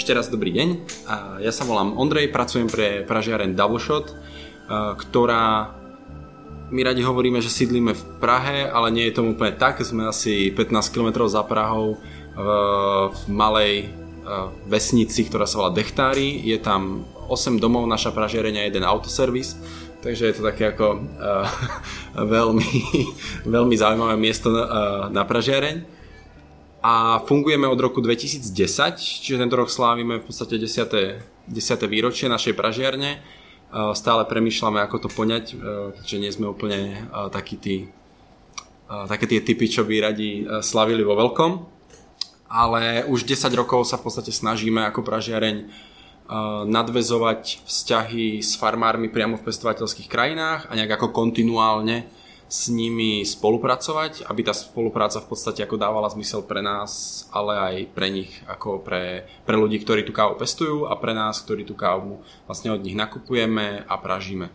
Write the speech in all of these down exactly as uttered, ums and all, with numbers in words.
Ešte raz dobrý deň. Ja sa volám Ondrej, pracujem pre pražiareň Double Shot, ktorá, my radi hovoríme, že sídlíme v Prahe, ale nie je tomu úplne tak. Sme asi pätnásť kilometrov za Prahou v malej vesnici, ktorá sa volá Dechtári. Je tam osem domov, naša pražiareň a jeden autoservis, takže je to také ako uh, veľmi, veľmi zaujímavé miesto uh, na pražiareň. A fungujeme od roku dvetisícdesať, čiže tento rok slávime v podstate desiate výročie našej pražiarne. Stále premýšľame, ako to poňať, keďže nie sme úplne takí tí, také tie typy, čo by radi slavili vo veľkom. Ale už desať rokov sa v podstate snažíme ako pražiareň nadväzovať vzťahy s farmármi priamo v pestovateľských krajinách a nejak ako kontinuálne s nimi spolupracovať, aby tá spolupráca v podstate ako dávala zmysel pre nás, ale aj pre nich, ako pre, pre ľudí, ktorí tú kávu pestujú a pre nás, ktorí tú kávu vlastne od nich nakupujeme a pražíme.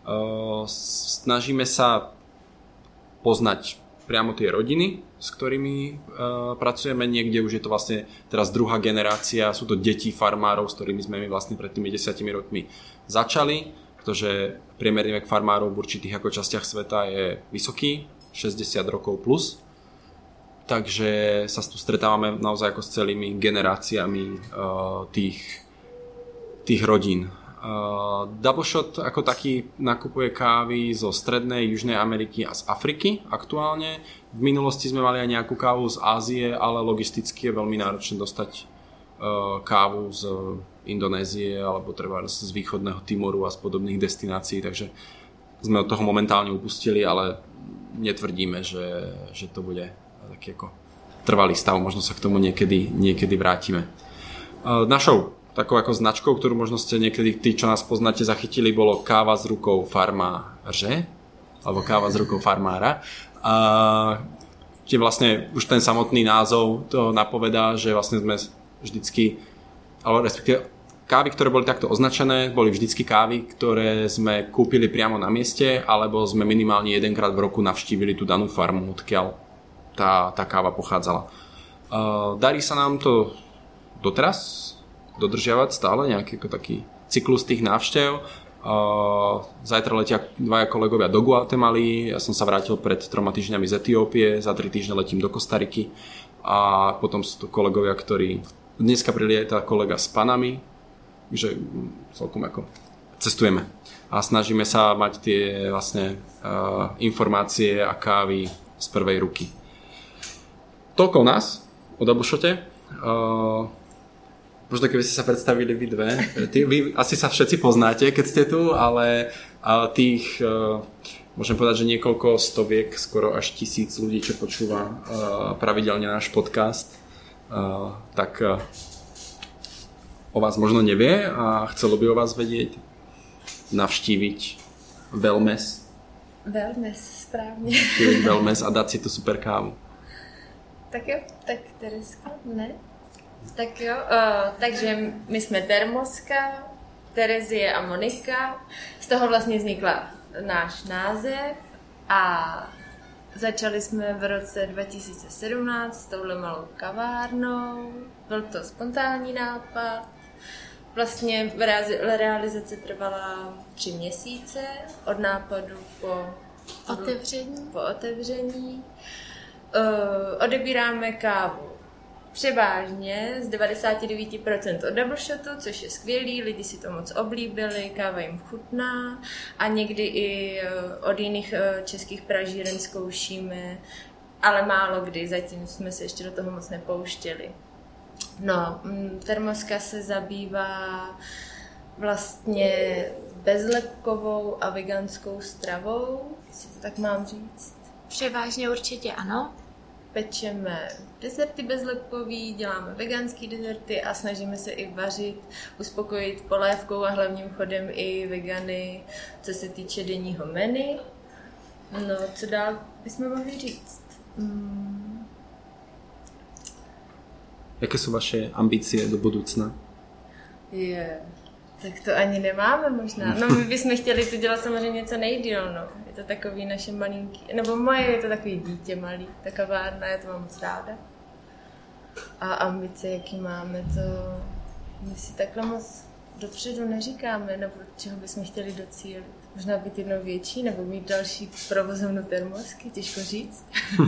Snažíme sa poznať priamo tie rodiny, s ktorými pracujeme. Niekde už je to vlastne teraz druhá generácia, sú to deti farmárov, s ktorými sme my vlastne pred tými desiatimi rokmi začali, pretože priemerný vek farmárov v určitých ako častiach sveta je vysoký, šesťdesiat rokov plus. Takže sa tu stretávame naozaj ako s celými generáciami uh, tých, tých rodín. Uh, Double Shot ako taký nakupuje kávy zo Strednej, Južnej Ameriky a z Afriky aktuálne. V minulosti sme mali aj nejakú kávu z Ázie, ale logisticky je veľmi náročné dostať uh, kávu z Indonézie alebo treba z východného Timoru a z podobných destinácií, takže sme od toho momentálne upustili, ale netvrdíme, že, že to bude taký ako trvalý stav, možno sa k tomu niekedy, niekedy vrátime. Našou takou ako značkou, ktorú možno ste niekedy tí, čo nás poznáte, zachytili, bolo káva s rukou farmáře, alebo káva s rukou farmára. A kde vlastne už ten samotný názov to napovedá, že vlastne sme vždycky, ale respektíve kávy, ktoré boli takto označené, boli vždycky kávy, ktoré sme kúpili priamo na mieste, alebo sme minimálne jedenkrát v roku navštívili tú danú farmu, odkiaľ tá, tá káva pochádzala. Uh, darí sa nám to doteraz dodržiavať stále, nejaký ako taký cyklus tých návštev. Uh, zajtra letia dvaja kolegovia do Guatemaly, ja som sa vrátil pred troma týždňami z Etiópie, za tri týždne letím do Kostariky a potom sú to kolegovia, ktorí dneska prilieta kolega z Panamy, že celkom ako cestujeme a snažíme sa mať tie vlastne uh, informácie a kávy z prvej ruky. Toľko nás o Double Shote. Uh, možno keby ste sa predstavili vy dve, Ty, vy asi sa všetci poznáte, keď ste tu, ale uh, tých uh, môžem povedať, že niekoľko stoviek, skoro až tisíc ľudí, čo počúva uh, pravidelne náš podcast, uh, tak uh, o vás možno nevie a chcelo by o vás vedieť, navštíviť Wellmess. Wellmess, správně. Navštíviť Wellmess a dát si tu super kávu. Tak jo, tak Tereska, ne? Tak jo, uh, takže my jsme Termoska, Terezie a Monika. Z toho vlastně vznikla náš název a začali jsme v roce dva tisíce sedmnáct s touhle malou kavárnou. Byl to spontánní nápad. Vlastně realizace trvala tři měsíce od nápadu po otevření. Po otevření. Uh, odebíráme kávu převážně z devadesát devět procent od Double Shotu, což je skvělý, lidi si to moc oblíbili, káva jim chutná a někdy i uh, od jiných uh, českých pražíren zkoušíme, ale málo kdy, zatím jsme se ještě do toho moc nepouštěli. No, Termoska se zabývá vlastně bezlepkovou a veganskou stravou, jestli to tak mám říct. Převážně určitě ano. Pečeme deserty bezlepkový, děláme veganský deserty a snažíme se i vařit, uspokojit polévkou a hlavním chodem i vegany, co se týče denního menu. No, co dál bychom mohli říct? Hmm. Jaké jsou vaše ambice do budoucna? Je, tak to ani nemáme možná. No my bychom chtěli to dělat samozřejmě co nejdýl, no. Je to takový naše malinký, nebo moje je to takový dítě malý, ta kavárna, já to mám moc ráda. A ambice, jaký máme, to my si takhle moc dopředu neříkáme, nebo čeho bychom chtěli docílit. Možná být jednou větší, nebo mít další provozovnu termosky, těžko říct.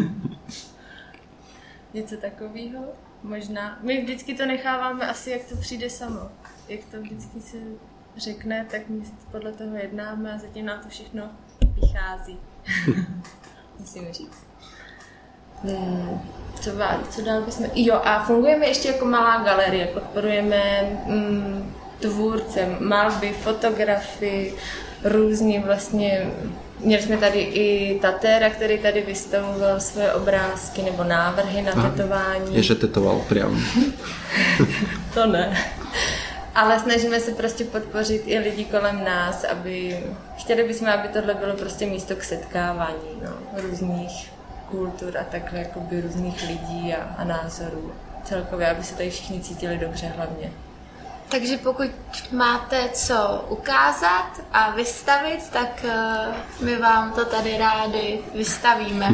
Něco takového. Možná. My vždycky to necháváme asi, jak to přijde samo. Jak to vždycky se řekne, tak my podle toho jednáme a zatím nám to všechno vychází. Musím říct. Hmm, co, co dál bychom... Jo, a fungujeme ještě jako malá galerie. Podporujeme mm, tvůrce, malby, fotografy, různí vlastně... Měli jsme tady i Tatéra, který tady vystavoval svoje obrázky nebo návrhy na tetování. Je, že tetoval priamo. To ne. Ale snažíme se prostě podpořit i lidi kolem nás, aby... Chtěli bychom, aby tohle bylo prostě místo k setkávání, no, různých kultur a takhle jakoby různých lidí a, a názorů. Celkově, aby se tady všichni cítili dobře hlavně. Takže pokud máte co ukázat a vystavit, tak uh, my vám to tady rádi vystavíme.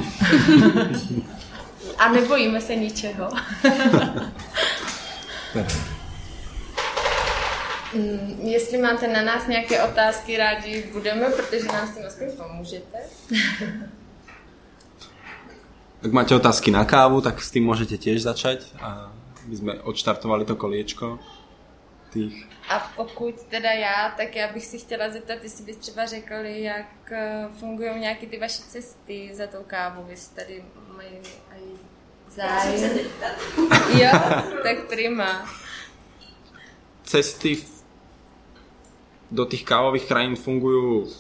A nebojíme se ničeho. Mm, jestli máte na nás nějaké otázky, rádi budeme, protože nám s tím aspoň pomůžete. Ak máte otázky na kávu, tak s tým môžete tiež začať a my sme odštartovali to koliečko tých. A pokud teda já, tak já bych si chtěla zeptat, jestli bys třeba řekl, jak fungují nějaké ty vaše cesty za tou kávou, jestli tady mají aj zájem. Jo, tak prima. Cesty do tých kávových krajín fungujú,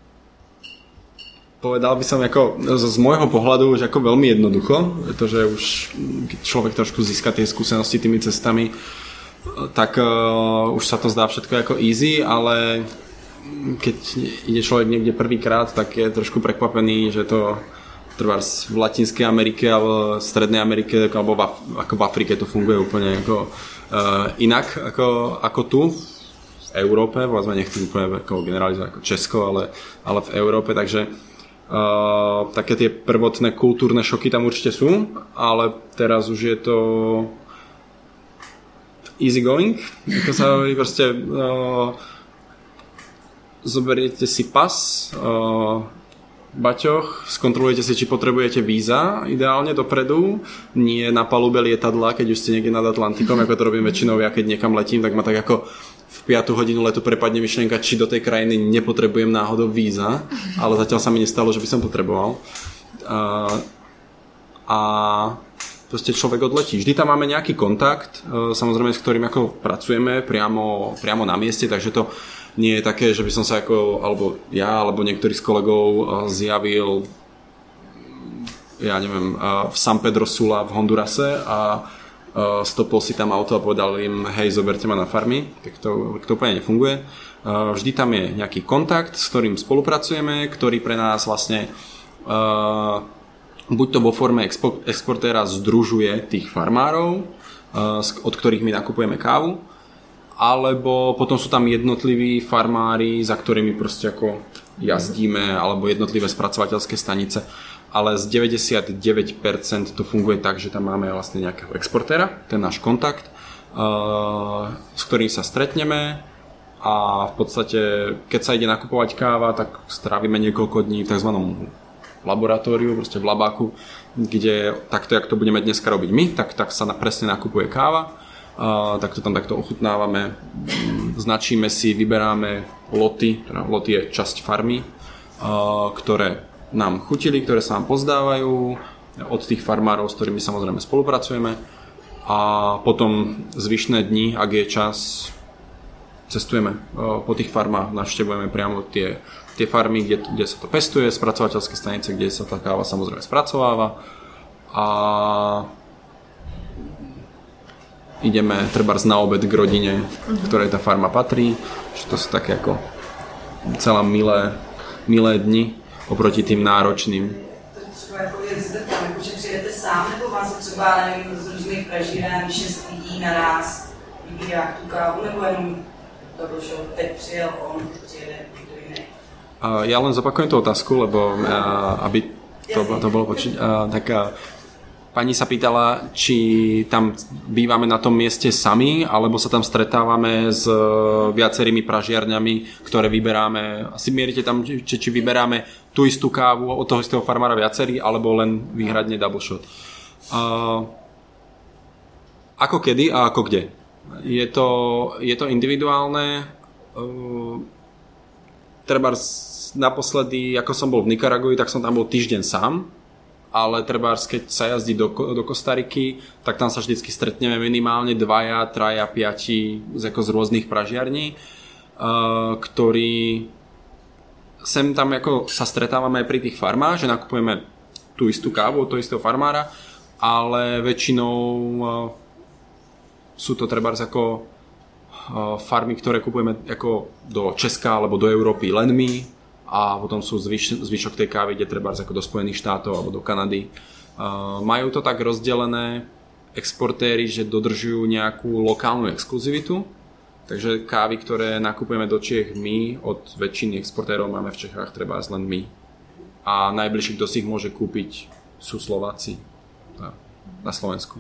povedal by som ako, z môjho pohľadu už ako veľmi jednoducho, pretože už keď človek trošku získa tie skúsenosti tými cestami, tak uh, už sa to zdá všetko ako easy, ale keď ide človek niekde prvýkrát, tak je trošku prekvapený, že to trvá v Latinskej Amerike alebo v Strednej Amerike alebo v, Af- ako v Afrike to funguje úplne ako, uh, inak ako, ako tu v Európe, vlastne nechcem úplne ako generalizovať ako Česko, ale, ale v Európe, takže uh, také tie prvotné kultúrne šoky tam určite sú, ale teraz už je to easy going, ako sa hovorí, proste uh, zoberiete si pas, uh, baťoch, skontrolujete si, či potrebujete víza ideálne dopredu, nie na palube lietadla, keď už ste niekde nad Atlantikom, ako to robím väčšinou ja, keď niekam letím, tak ma tak ako v piatu hodinu letu prepadne myšlienka, či do tej krajiny nepotrebujem náhodou víza, ale zatiaľ sa mi nestalo, že by som potreboval. Uh, a proste človek odletí. Vždy tam máme nejaký kontakt, samozrejme, s ktorým ako pracujeme priamo, priamo na mieste, takže to nie je také, že by som sa ako, alebo ja, alebo niektorý z kolegov zjavil, ja neviem, v San Pedro Sula v Hondurase a stopol si tam auto a povedal im, hej, zoberte ma na farmy, tak to, to úplne nefunguje. Vždy tam je nejaký kontakt, s ktorým spolupracujeme, ktorý pre nás vlastne buď to vo forme expo- exportéra združuje tých farmárov, od ktorých my nakupujeme kávu, alebo potom sú tam jednotliví farmári, za ktorými proste ako jazdíme, alebo jednotlivé spracovateľské stanice, ale z deväťdesiatdeväť percent to funguje tak, že tam máme vlastne nejakého exportéra, ten náš kontakt, s ktorým sa stretneme a v podstate, keď sa ide nakupovať káva, tak strávime niekoľko dní v tzv. Laboratóriu, proste v labáku, kde takto, jak to budeme dneska robiť my, tak, tak sa na, presne nakupuje káva, uh, tak to tam takto ochutnávame, značíme si, vyberáme loty, teda loty je časť farmy, uh, ktoré nám chutili, ktoré sa nám pozdávajú od tých farmárov, s ktorými samozrejme spolupracujeme a potom zvyšné dni, ak je čas, cestujeme uh, po tých farmách, navštevujeme priamo tie tie farmy, kde, kde sa to pestuje, spracovateľské stanice, kde sa tá káva samozrejme spracováva a ideme trebárs na obed k rodine, ktorej tá farma patrí, že to sú také ako celá milé, milé dni oproti tým náročným. To třeba jako je zeptám, jako že přijedete sám, nebo vás třeba nevím, z různých pražíren, šest lidí naraz vybírá tu kávu, nebo jenom to došlo, teď přijel on, přijede někdo jiný. Ja len zopakujem tú otázku, lebo aby to, to bolo počuť. Tak pani sa pýtala, či tam bývame na tom mieste sami, alebo sa tam stretávame s viacerými pražiarňami, ktoré vyberáme. Asi mierite tam, či, či vyberáme tú istú kávu od toho istého farmára viacerí, alebo len výhradne double shot. Uh, ako kedy a ako kde? Je to, je to individuálne. Uh, treba naposledy, ako som bol v Nikaragui, tak som tam bol týždeň sám. Ale trebárs, keď sa jazdí do, do Kostariky, tak tam sa vždycky stretneme minimálne dvaja, traja, piati z, ako z rôznych pražiarní, uh, ktorí sem tam ako sa stretávame aj pri tých farmách, že nakupujeme tú istú kávu od toho istého farmára, ale väčšinou uh, sú to trebárs ako uh, farmy, ktoré kupujeme ako do Česka alebo do Európy len my, a potom sú zvyš, zvyšok tej kávy, kde treba ako do Spojených štátov alebo do Kanady. Uh, majú to tak rozdelené exportéri, že dodržujú nejakú lokálnu exkluzivitu, takže kávy, ktoré nakupujeme do Čiech my, od väčšiny exportérov máme v Čechách treba len my. A najbližší, kto si ich môže kúpiť, sú Slováci na Slovensku.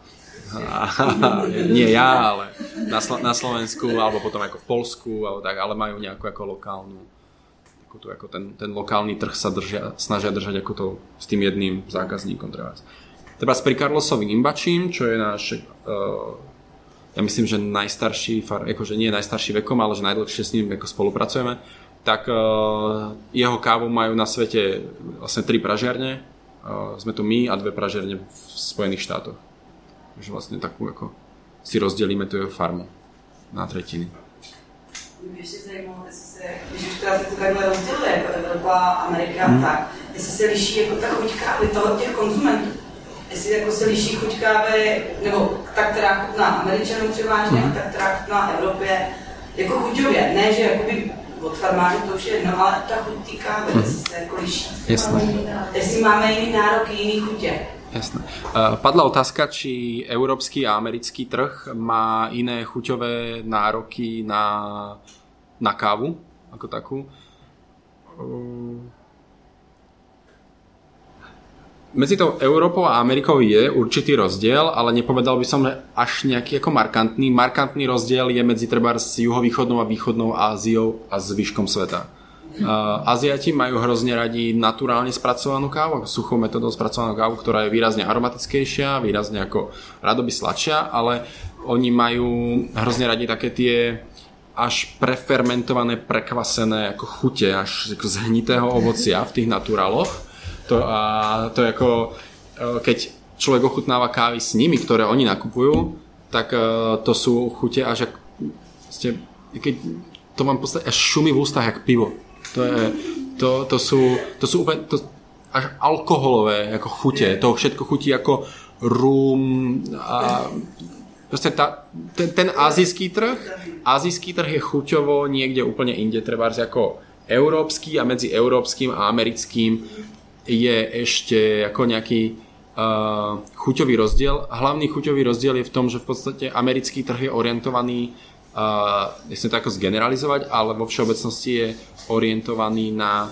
Nie ja, ale na, Slo- na Slovensku, alebo potom ako v Poľsku, alebo tak, ale majú nejakú ako lokálnu. Tu, ako ten, ten lokálny trh sa držia, snažia držať ako to s tým jedným zákazníkom. Treba, treba s pri Carlosovým Imbačím, čo je náš, uh, ja myslím, že najstarší, far, akože nie najstarší vekom, ale že najdlhšie s ním ako spolupracujeme, tak uh, jeho kávu majú na svete vlastne tri pražiarne. Uh, sme tu my a dve pražiarne v Spojených štátoch. Takže vlastne takú ako si rozdelíme tu jeho farmu na tretiny. Mě ještě zajímalo, jestli se, když už teda se to takhle rozděluje, jako Evropa, Amerika, hmm. tak, jestli se liší jako ta chuť kávy toho těch konzumentů. Jestli jako se liší chuť kávy, nebo ta, která chutná Američanům převážně, hmm. a ta, která chutná Evropě, jako chuťově. Ne, že jakoby od farmářů to už je jedno, ale ta chuť té kávy, hmm. jestli se jako liší. Jasné. Jestli máme jiný nároky, jiný chutě. Jasné. Padla otázka, či európsky a americký trh má iné chuťové nároky na, na kávu ako takú. Medzi tou Európou a Amerikou je určitý rozdiel, ale nepovedal by som, že až nejaký ako markantný. Markantný rozdiel je medzi trebárs juhovýchodnou a východnou Áziou a zvyškom sveta. Uh, Aziati majú hrozne radi naturálne spracovanú kávu, suchou metodou spracovanú kávu, ktorá je výrazne aromatickejšia, výrazne ako radoby sladšia, ale oni majú hrozne radi také tie až prefermentované, prekvasené ako chute, až ako z hnitého ovocia v tých naturáloch. To, a to je ako, keď človek ochutnáva kávy s nimi, ktoré oni nakupujú, tak uh, to sú chute až ako, ste, keď to vám podstate až šumí v ústach jak pivo. To, je, to, to sú, to sú úplne to, až alkoholové ako chute. To všetko chutí ako rum a proste tá, ten, ten azijský trh azijský trh je chuťovo niekde úplne inde. Trebárs ako európsky a medzi európskym a americkým je ešte ako nejaký uh, chuťový rozdiel. Hlavný chuťový rozdiel je v tom, že v podstate americký trh je orientovaný Uh, nechcem to ako zgeneralizovať, ale vo všeobecnosti je orientovaný na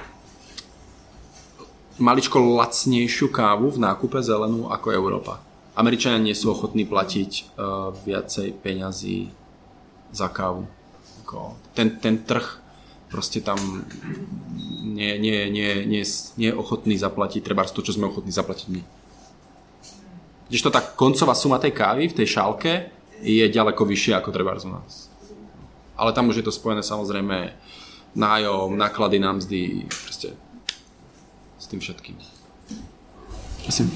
maličko lacnejšiu kávu v nákupe zelenú ako Európa. Američania nie sú ochotní platiť uh, viacej peňazí za kávu. Ten, ten trh proste tam nie, nie, nie, nie, nie je ochotný zaplatiť trebárs to, čo sme ochotní zaplatiť my. Kdežto tá koncová suma tej kávy v tej šálke je ďaleko vyššie ako trebárs u nás. Ale tam už je to spojené samozrejme nájom, náklady na mzdy, proste s tým všetkým. Myslím.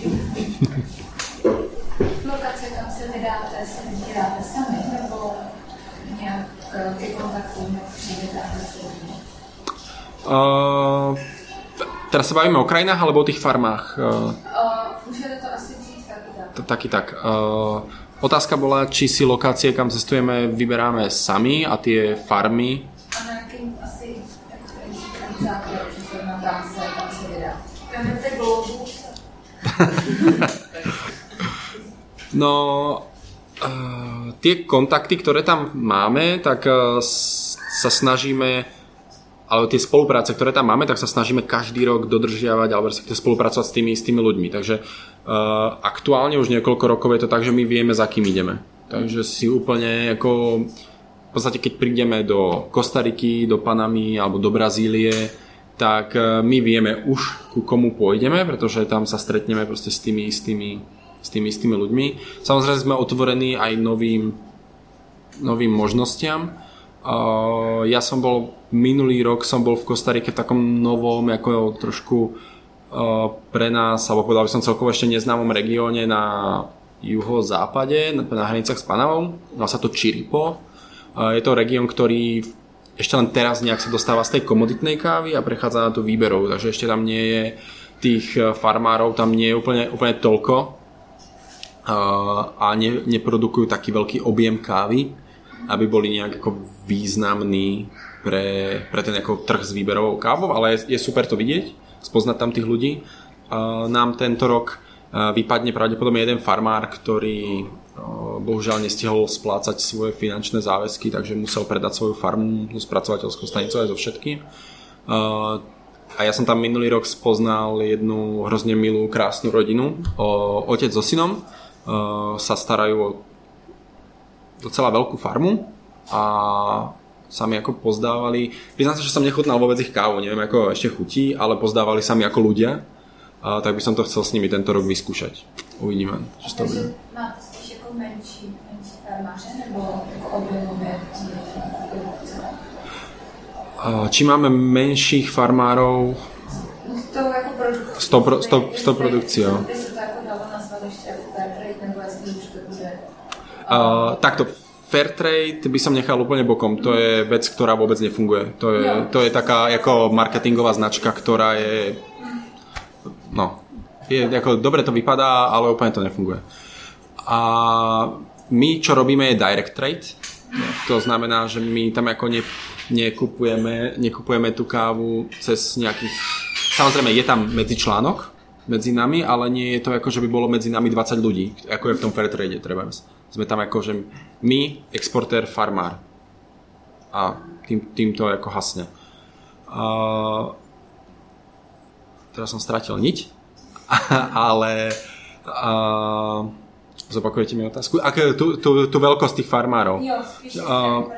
Lokace, kam se vydáte, se vybíráte sami, nebo nějak ke kontaktům přijdete a uh, Teraz sa bavíme o krajinách alebo o tých farmách? Uh, uh, Můžete to asi říct taky tak. Taky tak. Uh, Otázka bola, či si lokácie, kam cestujeme, vyberáme sami a tie farmy. A na jakým asi principálním základě, že se nám tam se, tam se vydá. Vemete globus. No, uh, tie kontakty, ktoré tam máme, tak uh, sa snažíme, ale tie spolupráce, ktoré tam máme, tak sa snažíme každý rok dodržiavať alebo spolupracovať s tými istými ľuďmi. Takže aktuálne už niekoľko rokov je to tak, že my vieme, za kým ideme. Takže si úplne ako v podstate keď prídeme do Kostariky, do Panamy alebo do Brazílie, tak my vieme už ku komu pôjdeme, pretože tam sa stretneme proste s tými istými, s tými istými ľuďmi. Samozrejme sme otvorení aj novým, novým možnostiam. Uh, ja som bol, minulý rok som bol v Kostarike v takom novom, ako trošku uh, pre nás, alebo povedal by som celkovo ešte neznámom regióne na juhozápade, na, na hranicách s Panamou. Volá sa to Chiripo. Uh, je to región, ktorý ešte len teraz nejak sa dostáva z tej komoditnej kávy a prechádza na tú výberovú, takže ešte tam nie je tých farmárov, tam nie je úplne, úplne toľko uh, a ne, neprodukujú taký veľký objem kávy, aby boli nejak ako významní pre, pre ten ako trh s výberovou kávou, ale je, je super to vidieť, spoznať tam tých ľudí. Uh, nám tento rok uh, vypadne pravdepodobne jeden farmár, ktorý bohužiaľ nestihol splácať svoje finančné záväzky, takže musel predať svoju farmu so spracovateľskou stanicou aj so všetkým. A ja som tam minulý rok spoznal jednu hrozne milú, krásnu rodinu. Otec so synom sa starajú o docela veľkú farmu a sa mi ako pozdávali. Priznám sa, že som nechutnal vôbec ich kávu, neviem ako ešte chutí, ale pozdávali sa mi ako ľudia. A tak by som to chcel s nimi tento rok vyskúšať. Uvidíme, čo to bude. Menší, menší farmáře nebo jako objemově Či máme menších farmárov s tou jako produkcí? S tou, pro, s tou, s tou produkcí, jo. By se to jako dalo nazvat ještě jako fair trade, nebo jestli už to bude? Uh, takto, fair trade by som nechal úplne bokom. To je vec, ktorá vôbec nefunguje. To je, to je taká ako marketingová značka, ktorá je no, je, ako, dobre to vypadá, ale úplne to nefunguje. A my, čo robíme, je direct trade. To znamená, že my tam ako ne, nekupujeme, nekupujeme tú kávu cez nejakých... Samozrejme, je tam medzičlánok medzi nami, ale nie je to ako, že by bolo medzi nami dvadsať ľudí, ako je v tom fair trade, treba. Sme tam ako, že my, exportér, farmár. A tým, tým to ako hasne. A... Teraz som stratil niť, ale... A... Zopakujete mi otázku? Aké tú, tú, tú veľkosť tých farmárov? Jo, spíš uh,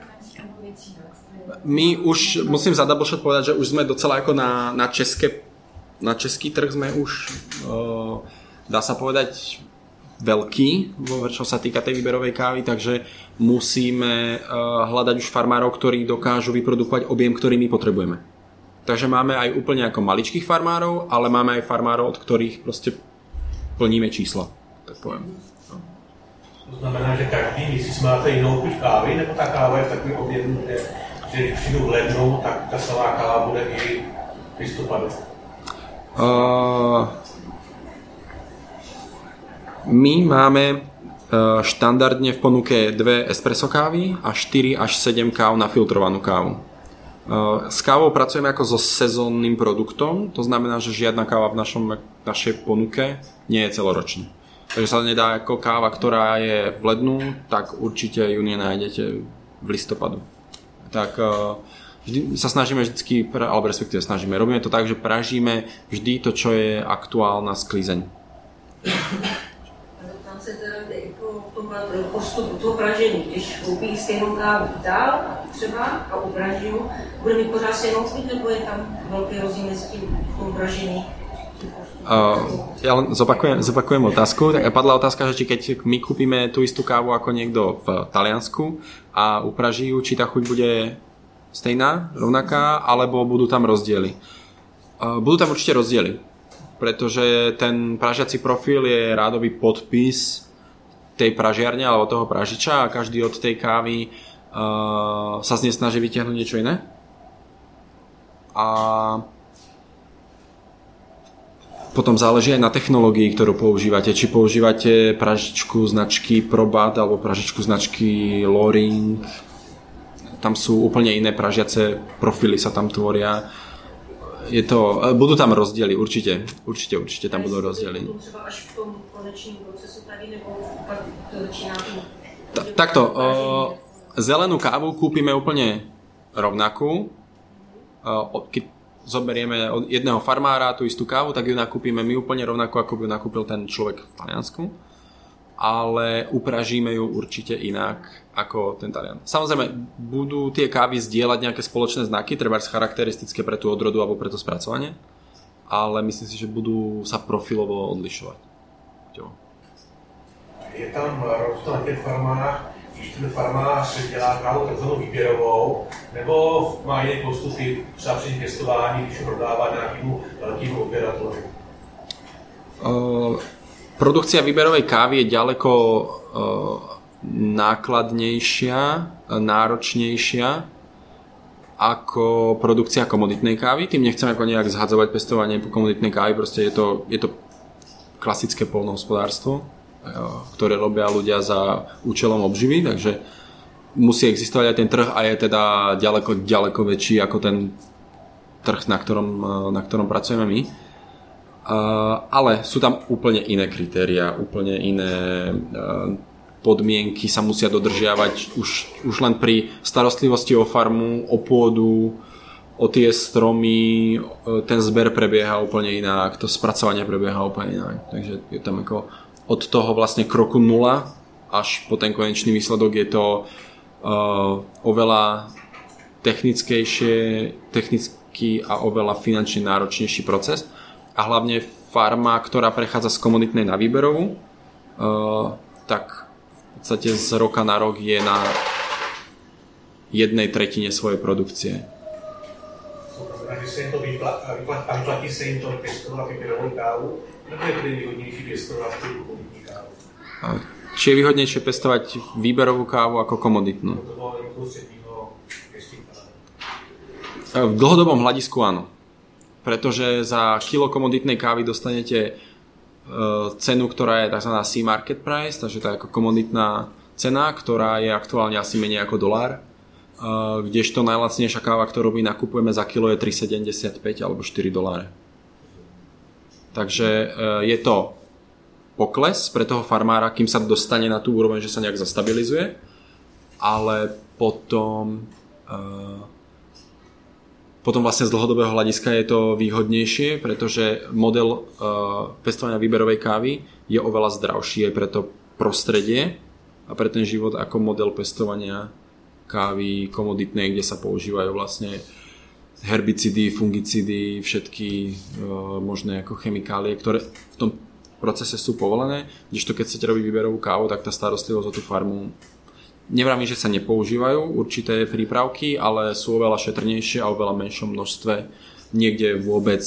my už, musím za double shot povedať, že už sme docela ako na, na, české, na český trh sme už, uh, dá sa povedať, veľký, čo sa týka tej výberovej kávy, takže musíme uh, hľadať už farmárov, ktorí dokážu vyprodukovať objem, ktorý my potrebujeme. Takže máme aj úplne ako maličkých farmárov, ale máme aj farmárov, od ktorých proste plníme čísla. Tak poviem. No. To znamená, že každý měsíc máte jinou chuť kávy, nebo ta káva je takový objem, že, že když přijdu v lednu, tak ta samá káva bude i v listopadu? Uh, my máme uh, štandardne v ponuke dve espresso kávy a štyri až sedem káv na filtrovanú kávu. Uh, s kávou pracujeme ako so sezónnym produktom, to znamená, že žiadna káva v našom, našej ponuke nie je celoročná. Takže sa nedá ako káva, ktorá je v lednu, tak určite ju nenájdete v listopadu. Tak vždy sa snažíme vždycky, alebo respektíve snažíme, robíme to tak, že pražíme vždy to, čo je aktuálna sklizeň. Tam se teda v tomhle postupu toho pražení, když koupí stejnou kávu dál třeba a upraží ju, bude mít pořád stejnou chuť, nebo je tam velký rozdíl mezi tím v tom pražení? Uh, ja len zopakujem, zopakujem otázku. Tak padla otázka, že či keď my kúpime tú istú kávu ako niekto v Taliansku a upraží ju, či tá chuť bude stejná, rovnaká, alebo budú tam rozdiely. Uh, budú tam určite rozdiely, pretože ten pražiaci profil je rádový podpis tej pražiarne alebo toho pražiča a každý od tej kávy uh, sa z nej snaží vytiahnuť niečo iné. A potom záleží aj na technológii, ktorú používate. Či používate pražičku značky Probat alebo pražičku značky Loring. Tam sú úplne iné pražiace profily sa tam tvoria. Je to, budú tam rozdiely, určite. Určite, určite tam budú rozdiely. Třeba až v tom konečním procesu tady, nebo pak to začíná tým? Takto, o, zelenú kávu kúpime úplne rovnakú. O, keď zoberieme od jedného farmára tú istú kávu, tak ju nakúpime my úplne rovnako, ako by ju nakúpil ten človek v Taliansku, ale upražíme ju určite inak ako ten Talian. Samozrejme, budú tie kávy zdieľať nejaké spoločné znaky, trebárs charakteristické pre tú odrodu alebo pre to spracovanie, ale myslím si, že budú sa profilovo odlišovať. Je tam rozdíl na těch farmách, když ten farmář dělá kávu takzvanou výběrovou, nebo má jiné postupy třeba při pěstování, když ho prodává nějakému velkému odběrateli? Uh, produkcia výberovej kávy je ďaleko uh, nákladnejšia, náročnejšia ako produkcia komoditnej kávy. Tým nechcem ako nejak zhadzovať pestovanie komoditnej kávy, proste je to, je to klasické poľnohospodárstvo, ktoré robia ľudia za účelom obživy, takže musí existovať aj ten trh a je teda ďaleko, ďaleko väčší ako ten trh, na ktorom, na ktorom pracujeme my. Ale sú tam úplne iné kritériá, úplne iné podmienky sa musia dodržiavať už, už len pri starostlivosti o farmu, o pôdu, o tie stromy, ten zber prebieha úplne inak, to spracovanie prebieha úplne inak. Takže je tam ako od toho vlastne kroku nula až po ten konečný výsledok je to uh, oveľa technickejšie, technický a oveľa finančne náročnejší proces. A hlavne farma, ktorá prechádza z komoditnej na výberovú, uh, tak v podstate z roka na rok je na jednej tretine svojej produkcie. Takže se jim to vyplatí se jim to pěstovat výběrovou kávu, nebo je tedy výhodnější pěstovat tu komoditní kávu? Či je výhodnejšie pestovať výberovú kávu ako komoditnú? V dlhodobom hľadisku áno. Pretože za kilo komoditnej kávy dostanete cenu, ktorá je tzv. Sea Market Price, takže to je ako komoditná cena, ktorá je aktuálne asi menej ako dolár. Kdežto najlacnejšia káva, ktorú my nakupujeme za kilo je tri sedemdesiatpäť alebo štyri doláre. Takže je to pokles pre toho farmára, kým sa dostane na tú úroveň, že sa nejak zastabilizuje, ale potom potom vlastne z dlhodobého hľadiska je to výhodnejšie, pretože model pestovania výberovej kávy je oveľa zdravší aj pre to prostredie a pre ten život ako model pestovania kávy komoditnej, kde sa používajú vlastne herbicidy, fungicidy, všetky možné ako chemikálie, ktoré v tom procese sú povolené, kdežto keď chcete robiť výberovú kávu, tak tá starostlivosť o tú farmu, nevravím, že sa nepoužívajú určité prípravky, ale sú oveľa šetrnejšie a oveľa menšom množstve. Niekde vôbec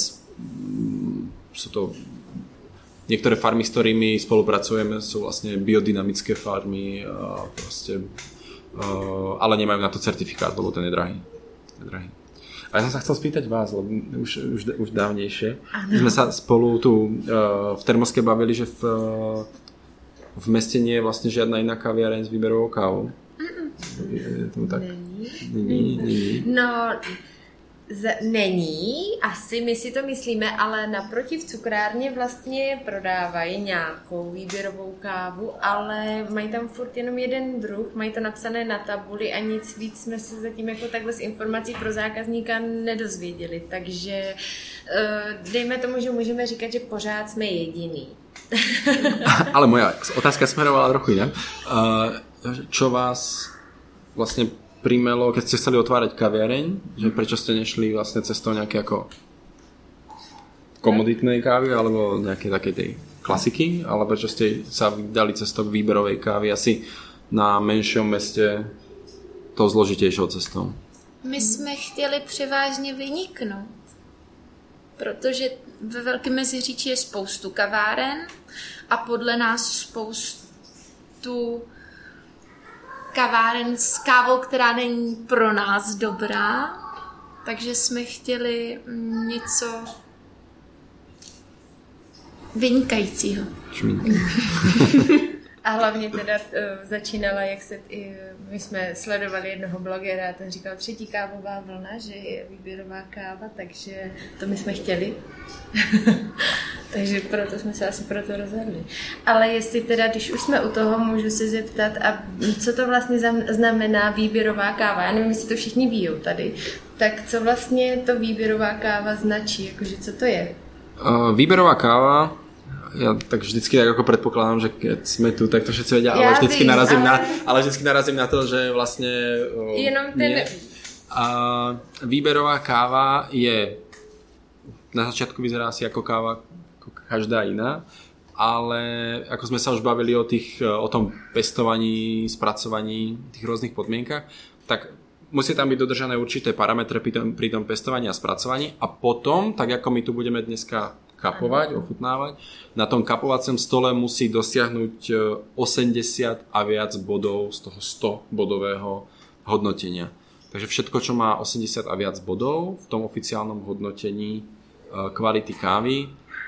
sú to niektoré farmy, s ktorými spolupracujeme, sú vlastne biodynamické farmy a proste, ale nemajú na to certifikát, lebo ten je drahý. Je drahý. A ja som sa chcel spýtať vás, lebo už, už, už dávnejšie. Ano. Sme sa spolu tu v Termoske bavili, že v v meste nie je vlastne žiadna iná kaviareň s výberovou kávou. Je to tak? Není. Není, není. No, z, není, asi my si to myslíme, ale naproti v cukrárně vlastně prodávají nějakou výběrovou kávu, ale mají tam furt jenom jeden druh, mají to napsané na tabuli a nic víc jsme se zatím jako takhle z informací pro zákazníka nedozvěděli, takže dejme tomu, že můžeme říkat, že pořád jsme jediný. Ale moja otázka smerovala trochu inak. Čo vás vlastne primelo, keď ste chceli otvárať kaviareň, že prečo ste nešli vlastne cestou nejaké ako komoditnej kávy alebo nejakej takej tej klasiky, alebo prečo ste sa dali cestou výberovej kávy asi na menšom meste tou zložitejšou cestou? My jsme chtěli převážně vyniknout, protože ve Velkém Meziříčí je spoustu kaváren a podle nás spoustu kaváren s kávou, která není pro nás dobrá, takže jsme chtěli něco vynikajícího. A hlavně teda uh, začínala, jak se, uh, my jsme sledovali jednoho blogera a ten říkal třetí kávová vlna, že je výběrová káva, takže to my jsme chtěli. Takže proto jsme se asi proto rozhodli. Ale jestli teda, když už jsme u toho, můžu se zeptat, a co to vlastně znamená výběrová káva? Já nevím, jestli to všichni ví tady. Tak co vlastně to výběrová káva značí? Jakože co to je? Uh, výběrová káva, ja tak vždycky tak ako predpokladám, že keď sme tu, tak to všetci vedia, ale vždycky vím, narazím ale... na, ale vždycky narazím na to, že vlastne uh, jenom ten... nie. Uh, výberová káva je, na začiatku vyzerá asi ako káva ako každá iná, ale ako sme sa už bavili o, tých, o tom pestovaní, spracovaní, tých rôznych podmienkach, tak musí tam byť dodržané určité parametre pri tom, pri tom pestovaní a spracovaní a potom, tak ako my tu budeme dneska kapovať, ochutnávať, na tom kapovacom stole musí dosiahnuť osemdesiat a viac bodov z toho sto bodového hodnotenia. Takže všetko, čo má osemdesiat a viac bodov v tom oficiálnom hodnotení kvality kávy,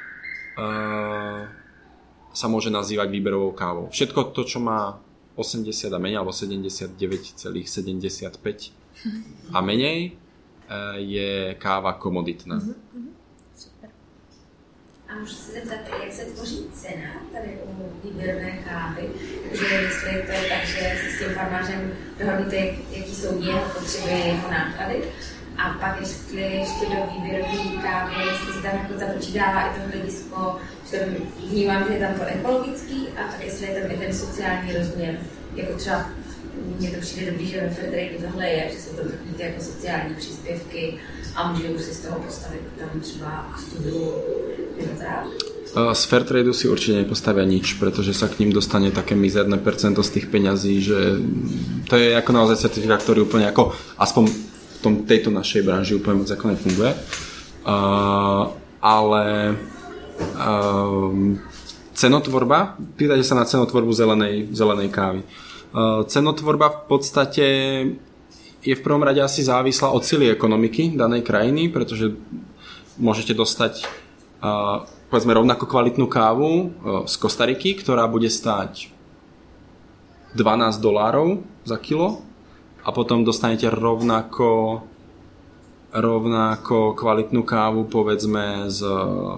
sa môže nazývať výberovou kávou. Všetko to, čo má osemdesiat a menej, alebo sedemdesiatdeväť celá sedemdesiatpäť a menej, je káva komoditná. Mm-hmm. Super. A můžu se zeptat, jak se tvoří cena tady u výběrové kávy? Takže jestli to je tak, že si s tím farmářem dohodnete, jaký jsou jeho potřeby, jeho náklady, a pak jestli ještě do výběrové kávy, jestli se tam jako započítává i to hledisko, že tam vnímám, že je tam to ekologický, a tak jestli je tam i ten sociální rozměr, jako třeba mně to přijde dobrý, že ve Fairtrade tohle je, že jsou to takové ty jako sociální příspěvky a můžou si z toho postavit tam třeba studiu, nebo tak. Z Fairtradu si určite nepostavia nič, pretože sa k ním dostane také mizerné percento z tých peňazí, že to je ako naozaj certifikát, ktorý úplne ako aspoň v tom, tejto našej branži úplne moc ako nefunguje. Uh, ale um, cenotvorba, pýtajte sa na cenotvorbu zelenej, zelenej kávy. Uh, cenotvorba v podstate je v prvom rade asi závislá od sily ekonomiky danej krajiny, pretože môžete dostať uh, povedzme rovnako kvalitnú kávu uh, z Kostariky, ktorá bude stáť dvanásť dolárov za kilo, a potom dostanete rovnako rovnako kvalitnú kávu povedzme z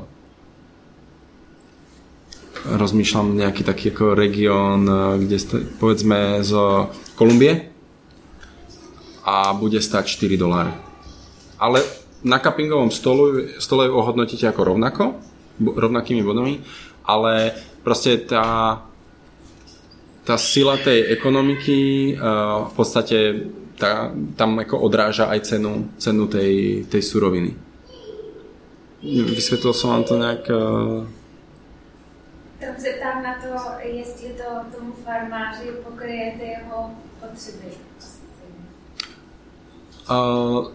rozmýšľam nejaký taký ako región, kde sta, povedzme z Kolumbie, a bude stať štyri doláre. Ale na cuppingovom stole, stole ohodnotíte ako rovnako, rovnakými bodami, ale proste tá tá sila tej ekonomiky uh, v podstate tá, tam ako odráža aj cenu, cenu tej, tej suroviny. Vysvetlil som vám to nejak... Uh... Tak se ptám na to, jestli to tomu farmáři pokryjete jeho potřeby. Uh,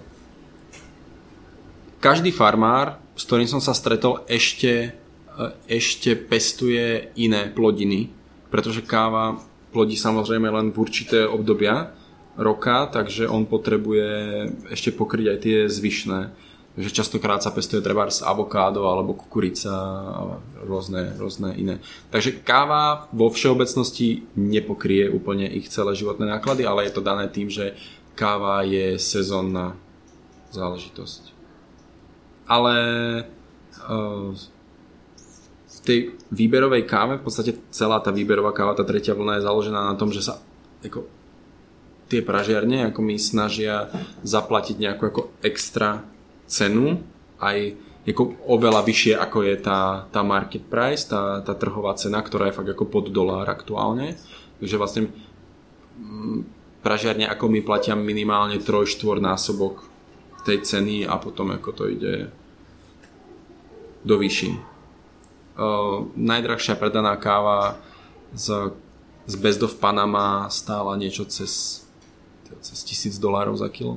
každý farmár, s ktorým som sa stretol, ešte, uh, ešte pestuje iné plodiny, pretože káva plodí samozrejme len v určité obdobia roka, takže on potrebuje ešte pokryť aj tie zvyšné. Takže častokrát sa pestuje trebárs avokádo alebo kukurica a rôzne, rôzne iné. Takže káva vo všeobecnosti nepokrie úplne ich celé životné náklady, ale je to dané tým, že káva je sezónna záležitosť. Ale uh, v tej výberovej káve, v podstate celá tá výberová káva, tá tretia vlna je založená na tom, že sa ako, tie pražiarne ako my snažia zaplatiť nejakú ako extra cenu, aj ako oveľa vyššie ako je tá, tá market price, tá, tá trhová cena, ktorá je fakt ako pod dolár aktuálne. Takže vlastne pražiarne ako my platia minimálne troj štvor násobok tej ceny a potom ako to ide do výšin. Uh, najdrahšia predaná káva z, z Best of Panama stála niečo cez, cez tisíc dolárov za kilo.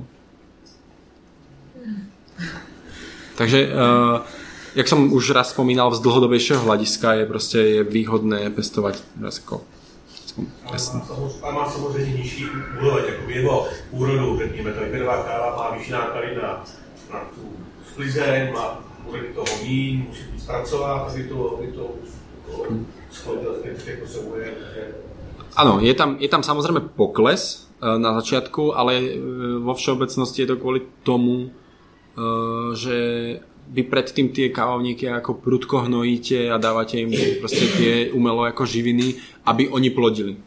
Takže uh, jak som už raz spomínal, z dlhodobejšieho hľadiska je proste je výhodné pestovať ako, ale má samozřejmě nižší úroveň, jako jeho úrodu, řekněme, ta výběrová káva má vyšší náklady na, na tu sklizeň, má bude toho míň, musí být zpracovat, aby to, aby to schodil, jak to se bude. Áno, je tam, je tam samozrejme pokles na začiatku, ale vo všeobecnosti je to kvôli tomu, že vy predtým tie kávovníky ako prudko hnojíte a dávate im proste tie umelo ako živiny, aby oni plodili.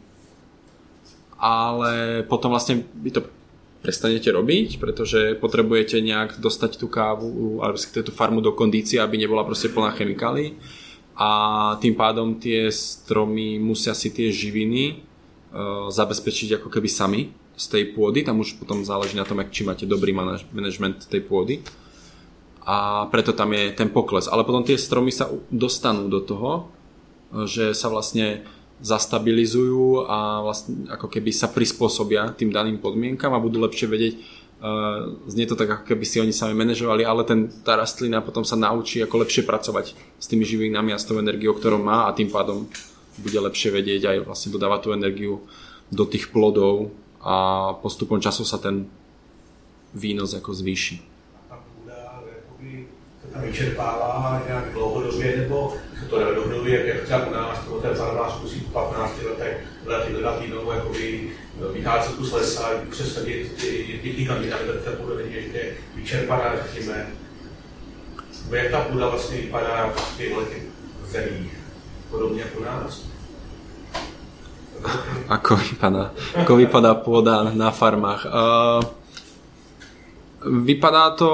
Ale potom vlastne vy to prestanete robiť, pretože potrebujete nejak dostať tú kávu alebo tú farmu do kondície, aby nebola proste plná chemikálií. A tým pádom tie stromy musia si tie živiny uh, zabezpečiť ako keby sami z tej pôdy. Tam už potom záleží na tom, či máte dobrý manažment tej pôdy. A preto tam je ten pokles. Ale potom tie stromy sa dostanú do toho, že sa vlastne zastabilizujú a vlastne ako keby sa prispôsobia tým daným podmienkam a budú lepšie vedieť. Uh, znie to tak, ako keby si oni sami manažovali, ale ten, tá rastlina potom sa naučí ako lepšie pracovať s tými živinami a s tou energiou, ktorú má, a tým pádom bude lepšie vedieť aj vlastne dodávať tú energiu do tých plodov a postupom času sa ten výnos ako zvýši. Tam vyčerpává nějak dlouhodobě, nebo se to nedohnuje, jak třeba u nás, nebo ten farmář musí v patnácti letech hledat jinou, jakoby vycházet kus lesa, přesadit ty kandidáty, ta půda není ještě vyčerpaná, řekněme. Jak ta půda vlastně vypadá v těchto zemích, podobně jako u nás? Ako vypadá, ako vypadá pôda na farmách? Uh, vypadá to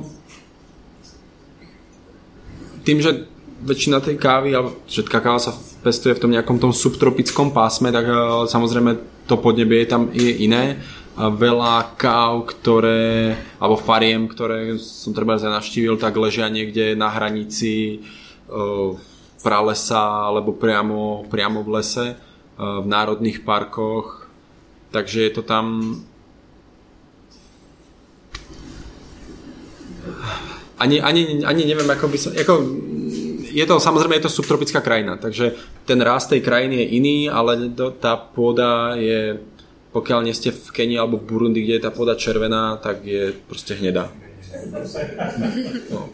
tým, že väčšina tej kávy, alebo že kakáva sa pestuje v tom nejakom tom subtropickom pásme, tak uh, samozrejme to podnebie je tam je iné. A veľa káv, ktoré, alebo fariem, ktoré som treba aj navštívil, tak ležia niekde na hranici uh, pralesa, alebo priamo, priamo v lese, uh, v národných parkoch. Takže je to tam Ani, ani, ani neviem, ako by som... Ako, je to, samozrejme, je to subtropická krajina, takže ten rast tej krajiny je iný, ale to, tá pôda je, pokiaľ nie ste v Kenii alebo v Burundi, kde je tá pôda červená, tak je proste hnedá. No.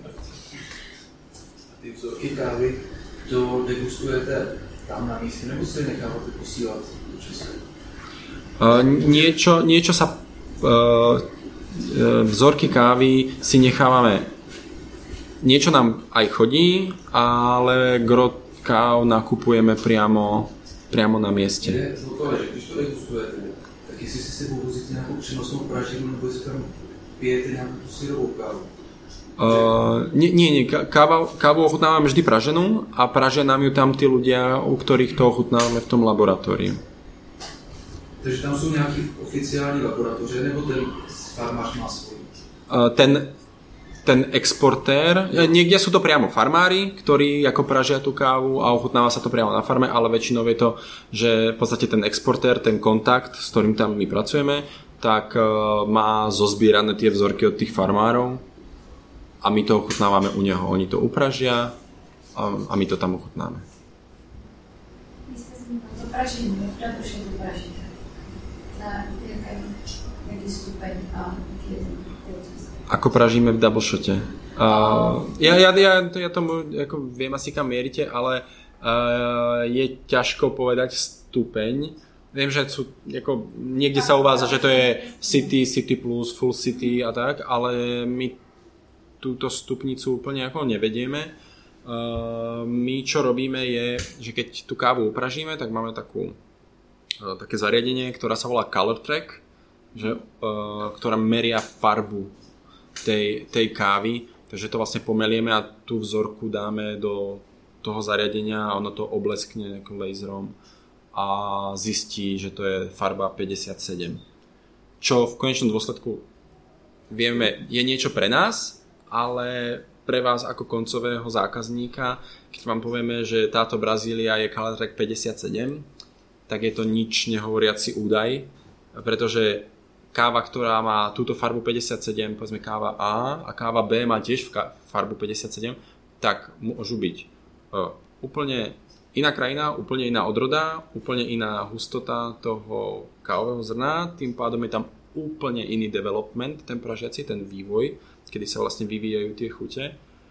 Ty vzorky kávy, to degustujete tam na místě, nebo si necháváte posílat do Česka? Uh, niečo, niečo sa... Uh, vzorky kávy si nechávame. Niečo nám aj chodí, ale gro káv nakupujeme priamo, priamo na mieste. Je to, že když to degustujete, tak jestli si sebou vozíte nějakou přenosnou pražinu, nebo jestli tam pijete nějakou syrovou kávu? Uh, nie, nie, nie. Káva, kávu ochutnávame vždy praženú a pražia nám ju tam tí ľudia, u ktorých to ochutnávame v tom laboratóriu. Takže tam sú nejaké oficiální laboratoře, nebo ten farmář má svoj? Uh, ten, ten exportér, niekde sú to priamo farmári, ktorí ako pražia tú kávu a ochutnáva sa to priamo na farme, ale väčšinou je to, že v podstate ten exportér, ten kontakt, s ktorým tam my pracujeme, tak uh, má zozbierané tie vzorky od tých farmárov a my to ochutnávame u neho. Oni to upražia a, a my to tam ochutnáme. Vy ste zmínil to pražení, jak už to pražíte? Na jaký stupeň a jaký je ten proces? Ako pražíme v double shote? Uh, ja, ja, ja, ja tomu ako viem asi kam mierite, ale uh, je ťažko povedať stupeň. Viem, že sú, ako, niekde sa uvádza, že to je City, City Plus, Full City a tak, ale my túto stupnicu úplne ako nevedieme. Uh, my čo robíme je, že keď tú kávu upražíme, tak máme takú, uh, také zariadenie, ktorá sa volá Color Track, že, uh, ktorá meria farbu tej, tej kávy, takže to vlastne pomelieme a tú vzorku dáme do toho zariadenia a ono to obleskne nejakým laserom a zistí, že to je farba päťdesiatsedem. Čo v konečnom dôsledku vieme, je niečo pre nás, ale pre vás ako koncového zákazníka, keď vám povieme, že táto Brazília je Color Track päťdesiatsedem, tak je to nič nehovoriaci údaj, pretože káva, ktorá má túto farbu päťdesiatsedem, povedzme káva A a káva B má tiež farbu päťdesiatsedem, tak môžu byť uh, úplne iná krajina, úplne iná odroda, úplne iná hustota toho kávového zrna, tým pádom je tam úplne iný development, ten pražiaci, ten vývoj, kedy sa vlastne vyvíjajú tie chute.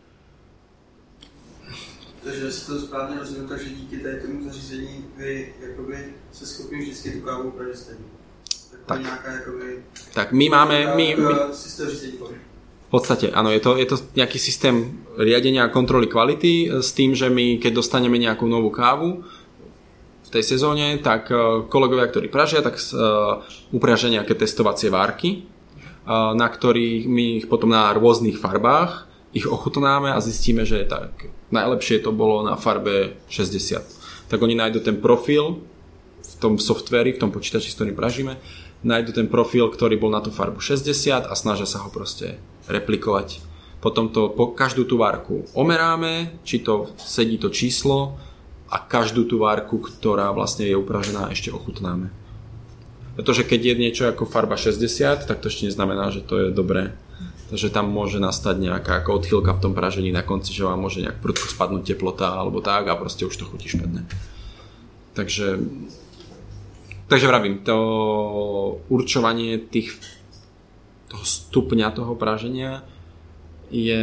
Takže si to správně rozumím, takže díky tady tomu zařízení vy jakoby se schopni vždycky tu kávu pražit stejně. Tak, nějaká, jakoby, tak my máme, my, my, si to říct, V podstate, áno, je to, je to nejaký systém riadenia a kontroly kvality s tým, že my, keď dostaneme nejakú novú kávu v tej sezóne, tak kolegovia, ktorí pražia, tak upražia nejaké testovacie várky, na ktorých my ich potom na rôznych farbách ich ochutnáme a zistíme, že tak najlepšie to bolo na farbe šesťdesiat. Tak oni nájdu ten profil v tom softvéri, v tom počítači, s ktorým pražíme, nájdu ten profil, ktorý bol na tú farbu šesťdesiat a snažia sa ho proste replikovať. Potom to po každú tú várku omeráme, či to sedí to číslo a každú tú várku, ktorá vlastne je upražená, ešte ochutnáme. Pretože keď je niečo ako farba šesťdesiat, tak to ešte neznamená, že to je dobré. Takže tam môže nastať nejaká ako odchýlka v tom pražení na konci, že vám môže nejak prudko spadnúť teplota alebo tak a proste už to chutí špatne. Takže takže vravím, to určovanie tých toho stupňa toho praženia je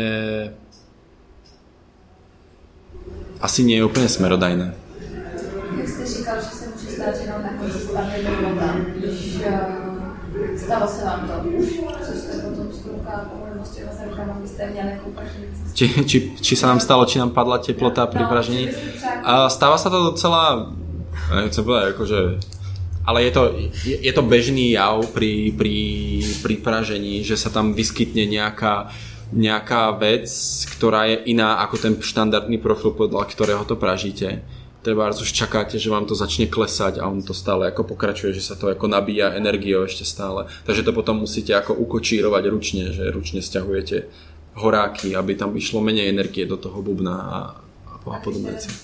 asi nie je úplne smerodajné. Jak jste říkal, že se může stát jenom na konci spadne voda, když uh, stalo se vám to už, co jste potom s tou kávou nebo s těma zrnkama byste měli jako praženici? Či, či, či sa nám stalo, či nám padla teplota pri pražení. A stáva sa to docela, nechcem povedať, akože ale je to, je, je to bežný jav pri, pri, pri pražení, že sa tam vyskytne nejaká, nejaká vec, ktorá je iná ako ten štandardný profil, podľa ktorého to pražíte. Treba už čakáte, že vám to začne klesať a on to stále ako pokračuje, že sa to ako nabíja energiou ešte stále. Takže to potom musíte ako ukočírovať ručne, že ručne sťahujete horáky, aby tam išlo menej energie do toho bubna a, a podobné veci.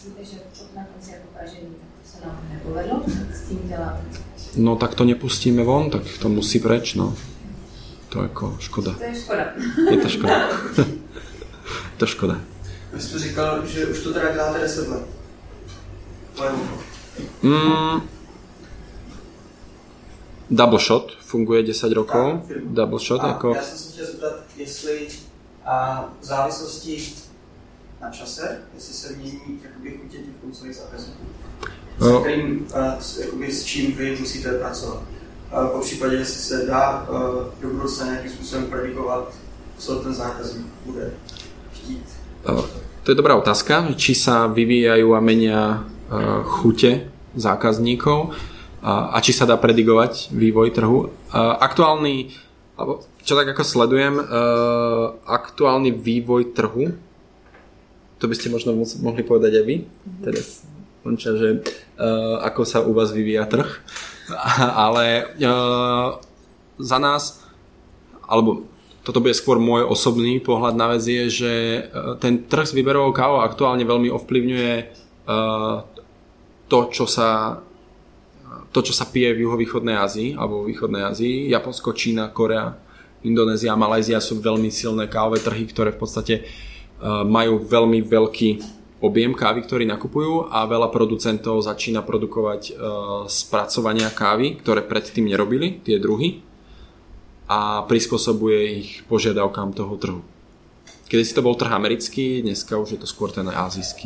No tak to nepustíme von, tak to musí preč, no. To je jako škoda. To je škoda. Je to škoda. To škoda. Vy jste říkal, že už to teda děláte deset let. Mm, Double Shot funguje desať rokov. Tak, Double Shot a jako... Já jsem se chtěl zeptat, jestli a v závislosti na čase, jestli se mění jakoby chutě těch koncových zákazníků. S, kterým, jakoby, s čím vy musíte pracovat. Po případě, jestli se dá do budoucna nějakým způsobem predikovat, co ten zákazník bude chtít. To je dobrá otázka, či sa vyvíjajú a menia chute zákazníkov a či sa dá predigovať vývoj trhu. Aktuálny, čo tak ako sledujem, aktuálny vývoj trhu, to by ste možno mohli povedať aj vy, teda končia, že ako sa u vás vyvíja trh, ale za nás, alebo toto bude skôr môj osobný pohľad na vec, je, že ten trh s výberovou kávou aktuálne veľmi ovplyvňuje to, čo sa, to, čo sa pije v juhovýchodnej Ázii alebo v východnej Ázii. Japonsko, Čína, Korea, Indonézia, Malajzia sú veľmi silné kávové trhy, ktoré v podstate majú veľmi veľký objem kávy, ktorý nakupujú a veľa producentov začína produkovať spracovania kávy, ktoré predtým nerobili, tie druhy, a prispôsobuje ich požiadavkám toho trhu. Kedysi to bol trh americký, dneska už je to skôr ten azijský.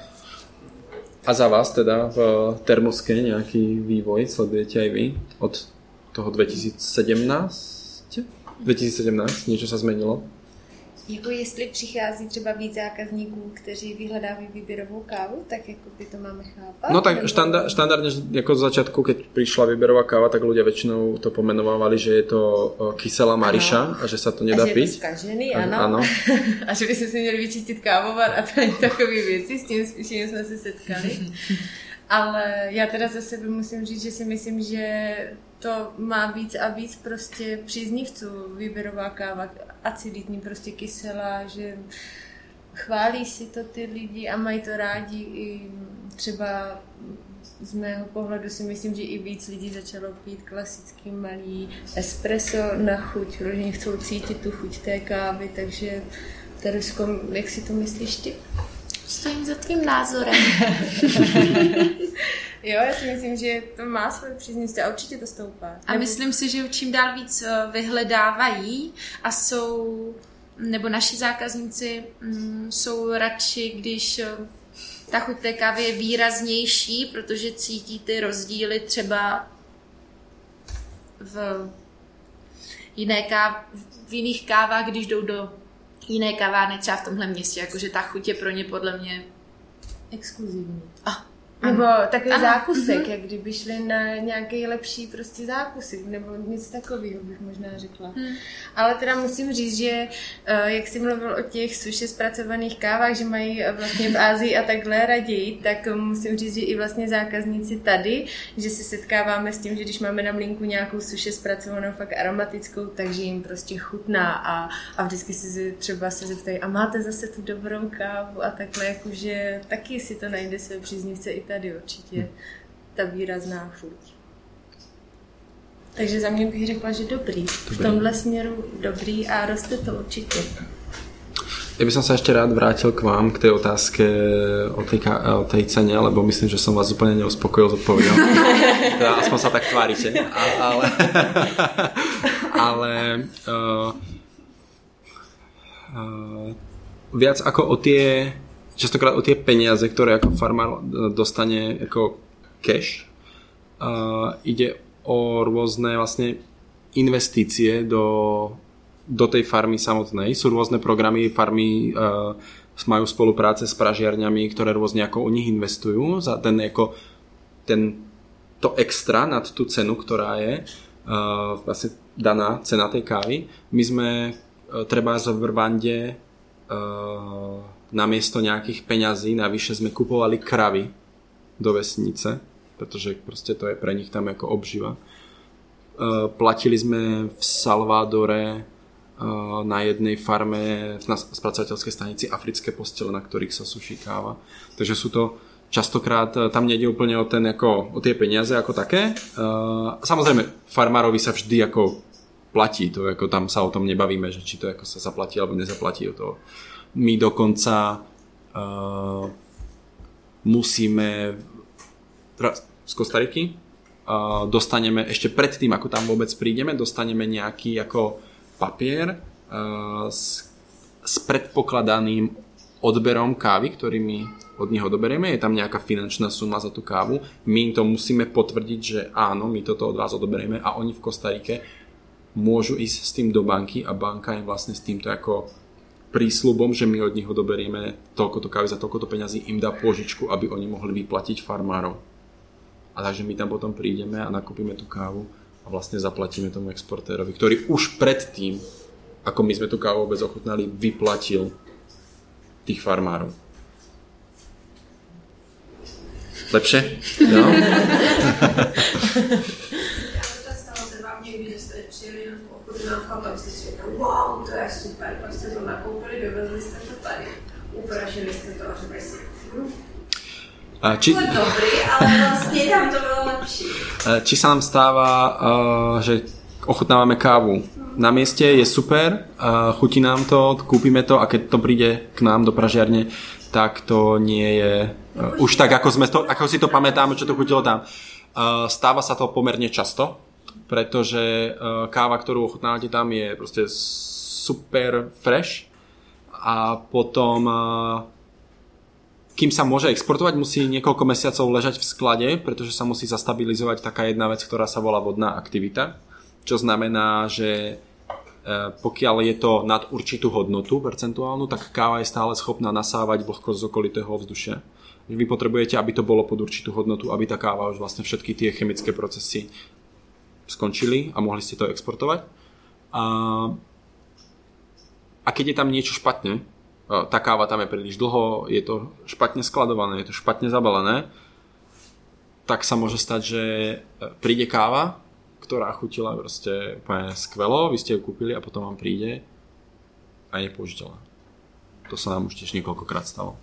A za vás teda v Termoske nejaký vývoj sledujete aj vy od toho dvetisícsedemnásť? dvetisícsedemnásť, niečo sa zmenilo? Jako jestli přichází třeba víc zákazníků, kteří vyhledávají výběrovou kávu, tak jako by to máme chápat? No tak nebo... štandard, štandardne ako z začiatku, keď prišla výberová káva, tak ľudia väčšinou to pomenovávali, že je to kyselá Mariša, ano. A že sa to nedá piť. A že je to zkažený, ano. ano. A že by sme si měli vyčistit kávovar a takové věci, s tím spíš jsme se setkali. Ale já teda za sebe musím říct, že si myslím, že to má víc a víc prostě příznivců, výběrová káva, aciditní, prostě kyselá, že chválí si to ty lidi a mají to rádi. I třeba z mého pohledu si myslím, že i víc lidí začalo pít klasický malý espresso na chuť, protože chcou cítit tu chuť té kávy, takže Teresko, jak si to myslíš ty? Stojím za tvým názorem. Jo, já si myslím, že to má svoje příznivce a určitě to stoupá. A nebo... myslím si, že čím dál víc vyhledávají a jsou, nebo naši zákazníci mm, jsou radši, když ta chuť té kávy je výraznější, protože cítí ty rozdíly třeba v jiné káv, v jiných kávách, když jdou do jiné kavárny, třeba v tomhle městě, jakože ta chuť je pro ně podle mě exkluzivní. Ah. Nebo takový ano. zákusek, mm-hmm. jak kdyby šli na nějaký lepší prostě zákusek, nebo něco takového bych možná řekla. Hmm. Ale teda musím říct, že jak jsi mluvil o těch suše zpracovaných kávách, že mají vlastně v Asii a takhle raději, tak musím říct, že i vlastně zákazníci tady, že se setkáváme s tím, že když máme na mlýnku nějakou suše zpracovanou fakt aromatickou, takže jim prostě chutná a, a vždycky si třeba se zeptají, a máte zase tu dobrou kávu a takhle, jakože taky si to najde své příznivce i tady určitě ta výrazná chuť. Takže za mě bych řekla, že dobrý. dobrý. V tomhle směru dobrý a roste to určitě. Ja by som sa ešte rád vrátil k vám, k tej otázke o tej, o tej cene, lebo myslím, že som vás úplne neuspokojil s odpovedou. Teda aspoň sa tak tvárite. Ale, ale uh, uh, viac ako o tie častokrát o tie peniaze, ktoré ako farmár dostane ako cash. Uh, ide o rôzne vlastne investície do, do tej farmy samotnej. Sú rôzne programy, farmy uh, majú spolupráce s pražiarňami, ktoré rôzne ako u nich investujú za ten ako ten, to extra nad tú cenu, ktorá je uh, vlastne daná cena tej kávy. My sme uh, treba v Rwande uh, namiesto nejakých peňazí navyše sme kupovali kravy do vesnice, pretože proste to je pre nich tam ako obživa. Uh, platili sme v Salvadore uh, na jednej farme na spracovateľskej stanici africké postele, na ktorých sa suší káva. Takže sú to častokrát, tam nejde úplne o, ten, ako, o tie peniaze ako také. Uh, samozrejme, farmárovi sa vždy ako platí, to ako tam sa o tom nebavíme, že či to ako sa zaplatí alebo nezaplatí o toho. My dokonca uh, musíme z Kostariky uh, dostaneme ešte predtým, ako tam vôbec prídeme, dostaneme nejaký ako papier uh, s, s predpokladaným odberom kávy, ktorý my od nich odoberieme. Je tam nejaká finančná suma za tú kávu. My to musíme potvrdiť, že áno, my toto od vás odoberieme a oni v Kostarike môžu ísť s tým do banky a banka im vlastne s týmto ako prísľubom, že my od nich odoberieme toľkoto kávy za toľkoto peňazí, im dá pôžičku, aby oni mohli vyplatiť farmárov. A takže my tam potom prídeme a nakúpime tú kávu a vlastne zaplatíme tomu exportérovi, ktorý už predtým, ako my sme tú kávu vôbec ochutnali, vyplatil tých farmárov. Lepšie? Jo? Někdy, že jste přijeli na tu obchodu na vchod, tak jste si řekli, wow, to je super, pak jste to nakoupili, dovezli jste to tady, upražili jste to a řekli si, hm, či, to je dobrý, ale vlastně tam to bylo lepší. Či sa nám stáva, že ochutnávame kávu na mieste, je super, chutí nám to, kúpime to a keď to príde k nám do pražiarne, tak to nie je uh, už tak, ako, sme to, ako si to pamätáme, čo to chutilo tam. Uh, stáva sa to pomerne často, pretože uh, káva, ktorú ochutnávate tam, je proste super fresh a potom uh, kým sa môže exportovať, musí niekoľko mesiacov ležať v sklade, pretože sa musí zastabilizovať taká jedna vec, ktorá sa volá vodná aktivita, čo znamená, že pokiaľ je to nad určitú hodnotu percentuálnu, tak káva je stále schopná nasávať vlhkosť z okolitého ovzdušia. Vy potrebujete, aby to bolo pod určitú hodnotu, aby tá káva už vlastne všetky tie chemické procesy skončili a mohli ste to exportovať. A, a keď je tam niečo špatne, tá káva tam je príliš dlho, je to špatne skladované, je to špatne zabalené, tak sa môže stať, že príde káva, ktorá chutila proste úplne skvelo, vy ste ju kúpili a potom vám príde a je použiteľná. To sa nám už tiež niekoľkokrát stalo.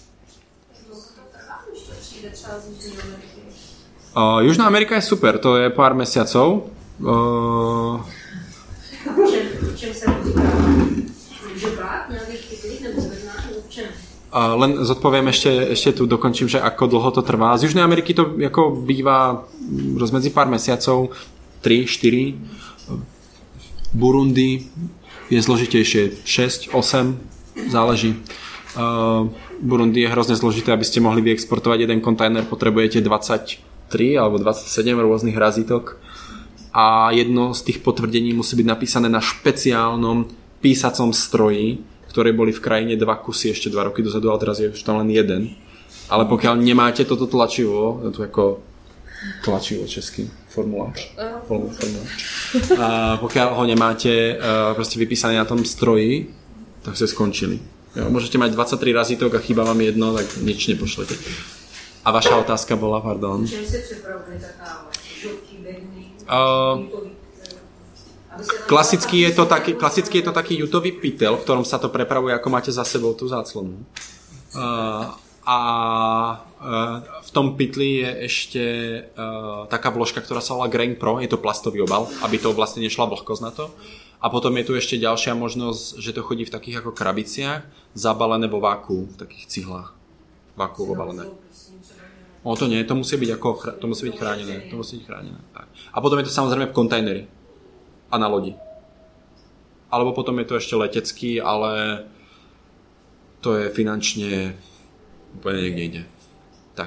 Uh, Južná Amerika je super, to je pár mesiacov. Uh, čem sa rozvíja? Žobrák, nejakých chytlých nebo zvedná, nebo v čem? Uh, len zodpoviem ešte, ešte tu dokončím, že ako dlho to trvá. Z Južnej Ameriky to ako býva rozmedzi pár mesiacov, tri štyri. Burundi je zložitejšie, šesť osem, záleží. Uh, Burundi je hrozne zložité, aby ste mohli vyexportovať jeden kontajner, potrebujete dvadsaťtri alebo dvadsaťsedem rôznych razítok. a jedno z tých potvrdení musí byť napísané na špeciálnom písacom stroji, ktoré boli v krajine dva kusy ešte dva roky dozadu, ale teraz je už tam len jeden. Ale pokiaľ nemáte toto tlačivo, to jako tlačivo český, formulář, formulář. A pokiaľ ho nemáte uh, prostě vypísané na tom stroji, tak ste skončili. Jo, môžete mať dvadsaťtri razítok a chýba vám jedno, tak nič nepošlete. A vaša otázka bola, pardon. Čím se připravuje ta káva? Žlutý, bedný, Uh, klasicky, je to taký, klasicky je to taký jutový pytel, v ktorom sa to prepravuje, ako máte za sebou tú záclonu. Uh, a uh, v tom pytli je ešte uh, taká vložka, ktorá sa volá Grain Pro, je to plastový obal, aby to vlastne nešla vlhkosť na to. A potom je tu ešte ďalšia možnosť, že to chodí v takých ako krabiciach, zabalené vo váku, v takých cihlách. Váku obalené. O to nie, to musí byť ako, to musí byť chránené, to musí byť chránené. Tak. A potom je to samozrejme v kontajneri a na lodi. Alebo potom je to ešte letecký, ale to je finančne úplne niekde inde. Tak.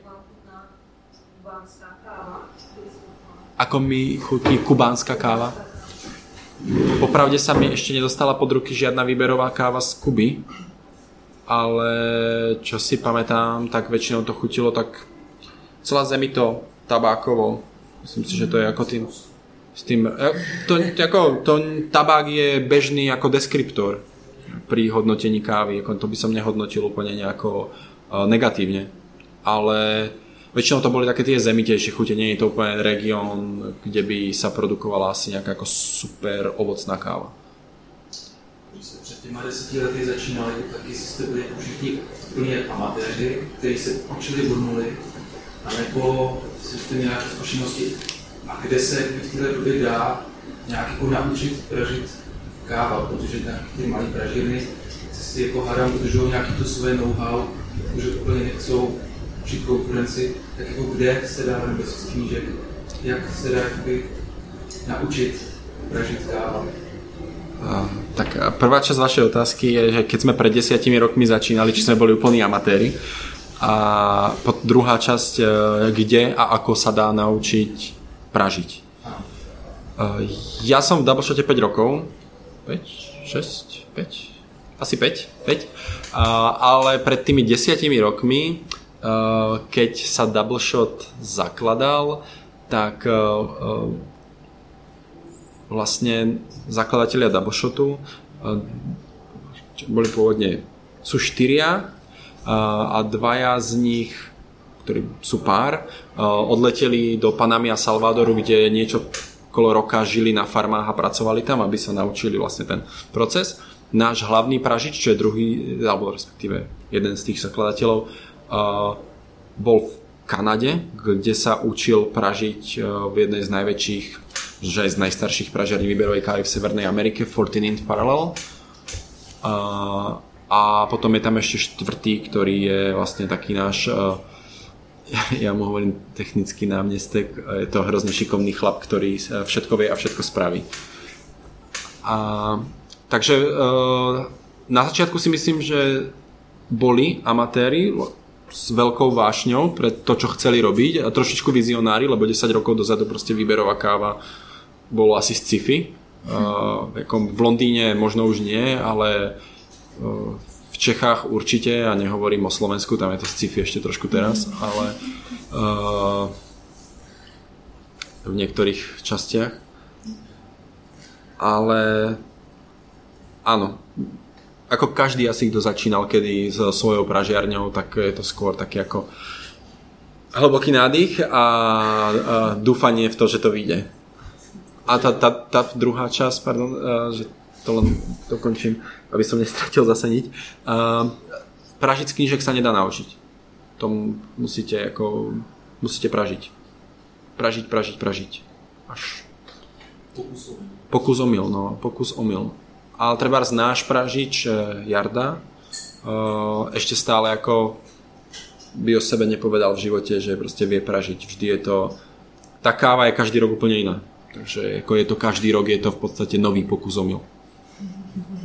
Ako mi chutí kubánska káva? Popravde sa mi ešte nedostala pod ruky žiadna výberová káva z Kuby, ale čo si pamätám, tak väčšinou to chutilo tak celá zemi to tabákovo. Myslím si, že to je ako tým, s tým, to, ako, to tabák je bežný ako deskriptor pri hodnotení kávy, ako to by som nehodnotil úplne nejako uh, negatívne, ale väčšinou to boli také tie zemitejšie chute, nie je to úplne región, kde by sa produkovala asi nejaká ako super ovocná káva. Před těma deseti lety začínali, taky jste byli všichni plně amatéři, kteří se učili od nuly, anebo jste měli nějaké zkušenosti, a kde se v této době dá nějak jako naučit pražit káva, protože ty malé pražírny si jako hádám udržují nějaký to své know-how, protože úplně nechcou učit konkurenci, tak jako kde se dá, nebo z knížek, jak se dá jakoby naučit pražit káva. Uh, tak prvá časť vašej otázky je, že keď sme pred desiatimi rokmi začínali, či sme boli úplní amatéri. A druhá časť, uh, kde a ako sa dá naučiť pražiť. Uh, ja som v Doubleshote päť rokov. päť? šesť? päť? Asi päť. päť. Uh, ale pred tými desiatimi rokmi, uh, keď sa Doubleshot zakladal, tak uh, uh, vlastne zakladatelia Doubleshotu boli pôvodne, sú štyria a dvaja z nich, ktorí sú pár, odleteli do Panamy a Salvadoru, kde niečo okolo roka žili na farmách a pracovali tam, aby sa naučili vlastne ten proces. Náš hlavný pražič, čo je druhý, alebo respektíve jeden z tých zakladateľov, bol v Kanade, kde sa učil pražiť v jednej z najväčších, že aj z najstarších pražiarní výberovej kávy v Severnej Amerike, fourteenth Parallel. A, a potom je tam ešte štvrtý, ktorý je vlastne taký náš, ja mu hovorím technický námestek, je to hrozne šikovný chlap, ktorý všetko vie a všetko spraví. A, takže na začiatku si myslím, že boli amatéri s veľkou vášňou pre to, čo chceli robiť a trošičku vizionári, lebo desať rokov dozadu proste výberová káva bolo asi sci-fi. Uh, v Londýne možno už nie, ale uh, v Čechách určite, a nehovorím o Slovensku, tam je to sci-fi ešte trošku teraz, ale uh, v niektorých častiach. Ale áno, ako každý asi, kto začínal kedy s svojou pražiarňou, tak je to skôr taký ako hlboký nádych a, a dúfanie v to, že to vyjde. A tá, tá, tá druhá časť, pardon, že to len dokončím, aby som nestratil zase niť. Pražiť z knížek sa nedá naučiť. To musíte ako, musíte pražiť. Pražiť, pražiť, pražiť. Až pokus omyl, no, pokus omyl. Ale trebárs náš pražič Jarda ešte stále ako by o sebe nepovedal v živote, že proste vie pražiť. Vždy je to, tá káva je každý rok úplne iná. Takže ako je to každý rok, je to v podstate nový pokus omyl.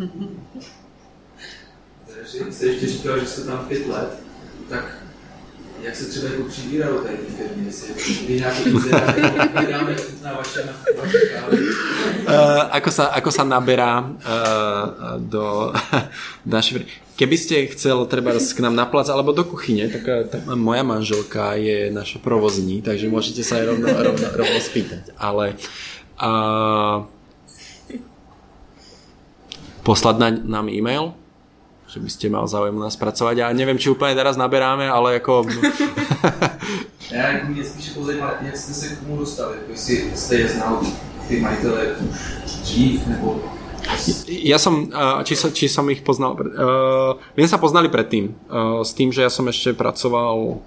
Jste ještě říkal, že jste tam pět let, tak jak se třeba jako přibírá do té firmy, jestli je nějaký inzerát, jako dáme na vaše, na vaše kávy. Uh, ako, sa, ako sa naberá uh, do, do našej firmy. Keby ste chcel treba k nám na plac alebo do kuchyne, tak, tak moja manželka je naša provozní, takže môžete sa aj rovno, rovno, rovno spýtať. Ale uh, poslať na, nám e-mail, že by ste mal záujem nás pracovať. Ja neviem, či úplne teraz naberáme, ale ako... Já jako mě spíš zajímá, jak jste se k tomu dostali, jako jestli jste je znal ty majitele už dřív, nebo... Ja som, či, sa, či som ich poznal, uh, viem sa poznali predtým, uh, s tým, že ja som ešte pracoval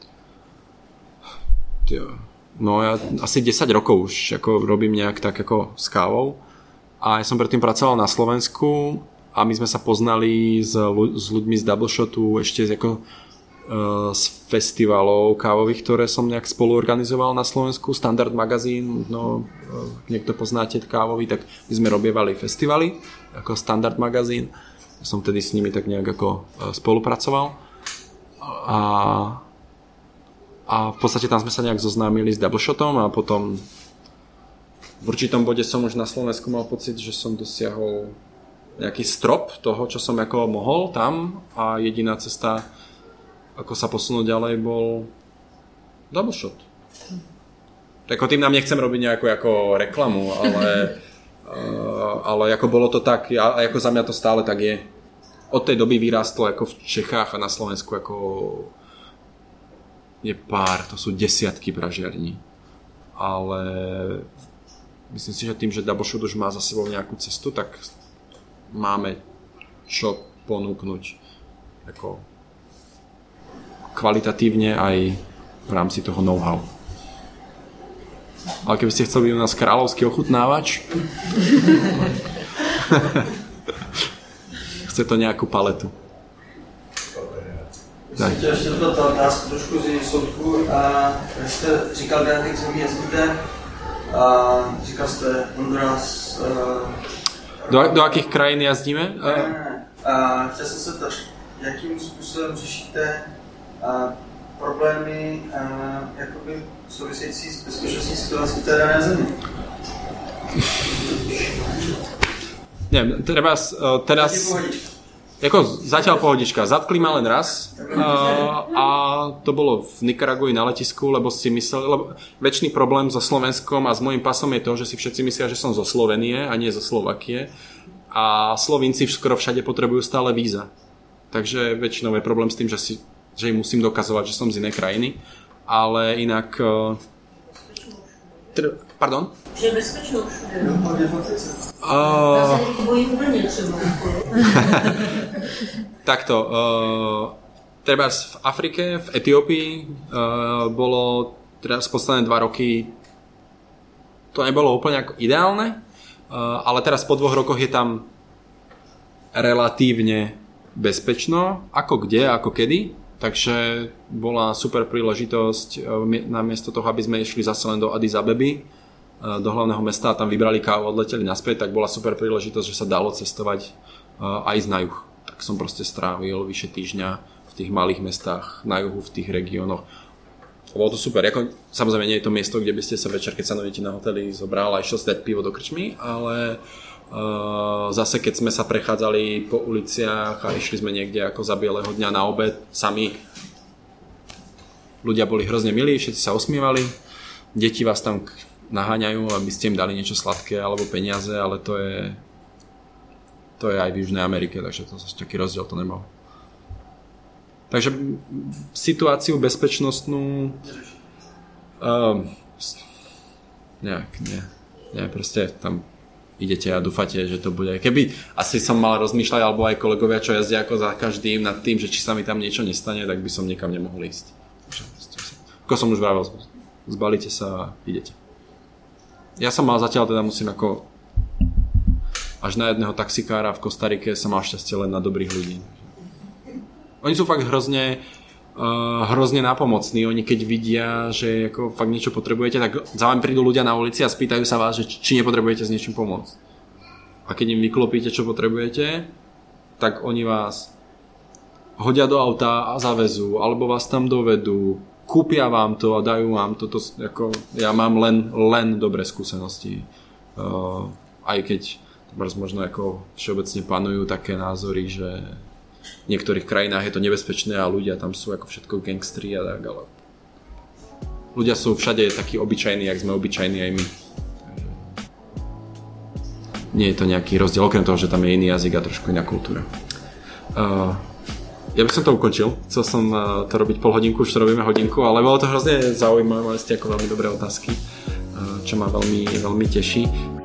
no ja asi desať rokov už ako robím nejak tak ako s kávou a ja som predtým pracoval na Slovensku a my sme sa poznali s, s ľuďmi z Double Shotu ešte ako z festivalov kávových, ktoré som nejak spolu organizoval na Slovensku. Standard magazín, no niekto poznáte kávový, tak my sme robievali festivaly ako Standard magazín. Som tedy s nimi tak nejak ako spolupracoval. A, a v podstate tam sme sa nejak zoznámili s Double Shotom a potom v určitom bode som už na Slovensku mal pocit, že som dosiahol nejaký strop toho, čo som ako mohol tam a jediná cesta ako sa posunúť ďalej, bol Double Shot. Tako tým nám nechcem robiť nejakú ako reklamu, ale, uh, ale ako bolo to tak, a ako za mňa to stále tak je. Od tej doby vyrástlo ako v Čechách a na Slovensku ako je pár, to sú desiatky pražiarní. Ale myslím si, že tým, že Double Shot už má za sebou nejakú cestu, tak máme čo ponúknuť ako kvalitatívne aj v rámci toho know-how. Ale keby ste chceli byť u nás kráľovský ochutnávač, chce to nejakú paletu. Já jsem chtěl ještě dodat otázku trošku z jiných soudků. Když jste říkal, do jakých zemí jezdíte, a říkal jste Honduras... Do, do jakých krajín jazdíme? Ne, ne, ne. A chtěl jsem se zeptat, jakým způsobem řešíte a problémy a, jakoby související s bezpečnostní situací v té dané zemi? Neviem, treba teraz... Jako zatiaľ pohodička. Zatkli ma len raz a, a to bolo v Nikaragui na letisku, lebo si mysleli, lebo väčší problém so Slovenskom a s môjim pasom je to, že si všetci myslia, že som zo Slovenie a nie zo Slovakie a Slovinci skoro všade potrebujú stále víza. Takže väčšinou je problém s tým, že, si, že im musím dokazovať, že som z inej krajiny, ale inak... Tr- Pardon? Že je bezpečnou všude. Uh... Bojí úplně třeba. Takto. Uh, treba v Afrike, v Etiópii uh, bolo teraz posledné dva roky to nebolo úplne ako ideálne, uh, ale teraz po dvoch rokoch je tam relatívne bezpečno, ako kde, ako kedy. Takže bola super príležitosť uh, namiesto toho, aby sme išli zase len do Addis Abeby, do hlavného mesta a tam vybrali kávu a odleteli naspäť, tak bola super príležitosť, že sa dalo cestovať uh, aj na juh. Tak som proste strávil vyše týždňa v tých malých mestách na juhu, v tých regiónoch. Bolo to super. Jako, samozrejme nie je to miesto, kde by ste sa večer, keď sa novíte na hoteli, zobral a išiel si dať pivo do krčmy, ale uh, zase keď sme sa prechádzali po uliciach a išli sme niekde ako za bieleho dňa na obed sami, ľudia boli hrozne milí, všetci sa usmievali, deti vás tam naháňajú, aby ste im dali niečo sladké alebo peniaze, ale to je to je aj v Južnej Amerike, takže to zase taký rozdiel to nemal. Takže situáciu bezpečnostnú um, nejak, nie, nie, proste tam idete a dúfate, že to bude. Keby asi som mal rozmýšľať, alebo aj kolegovia, čo jazdia ako za každým nad tým, že či sa mi tam niečo nestane, tak by som niekam nemohol ísť. Ako som už vravel, zbalíte sa a idete. Ja som mal zatiaľ, teda musím ako až na jedného taxikára v Kostarike som mal šťastie len na dobrých ľudí. Oni sú fakt hrozne uh, hrozne nápomocní. Oni keď vidia, že ako fakt niečo potrebujete, tak za vami prídu ľudia na ulici a spýtajú sa vás, že či nepotrebujete s niečím pomôcť. A keď im vyklopíte, čo potrebujete, tak oni vás hodia do auta a zavezú, alebo vás tam dovedú, kúpia vám to a dajú vám to, to ako, ja mám len, len dobré skúsenosti. Uh, aj keď možno ako všeobecne panujú také názory, že v niektorých krajinách je to nebezpečné a ľudia tam sú ako všetko gangstri a tak, ale ľudia sú všade takí obyčajní, jak sme obyčajní aj my. Nie je to nejaký rozdiel, okrem toho, že tam je iný jazyk a trošku iná kultúra. Uh, Ja by som to ukončil. Chcel som to robiť pol hodinku, už to robíme hodinku, ale bolo to hrozne zaujímavé, mali ste ako veľmi dobré otázky, čo ma veľmi, veľmi teší.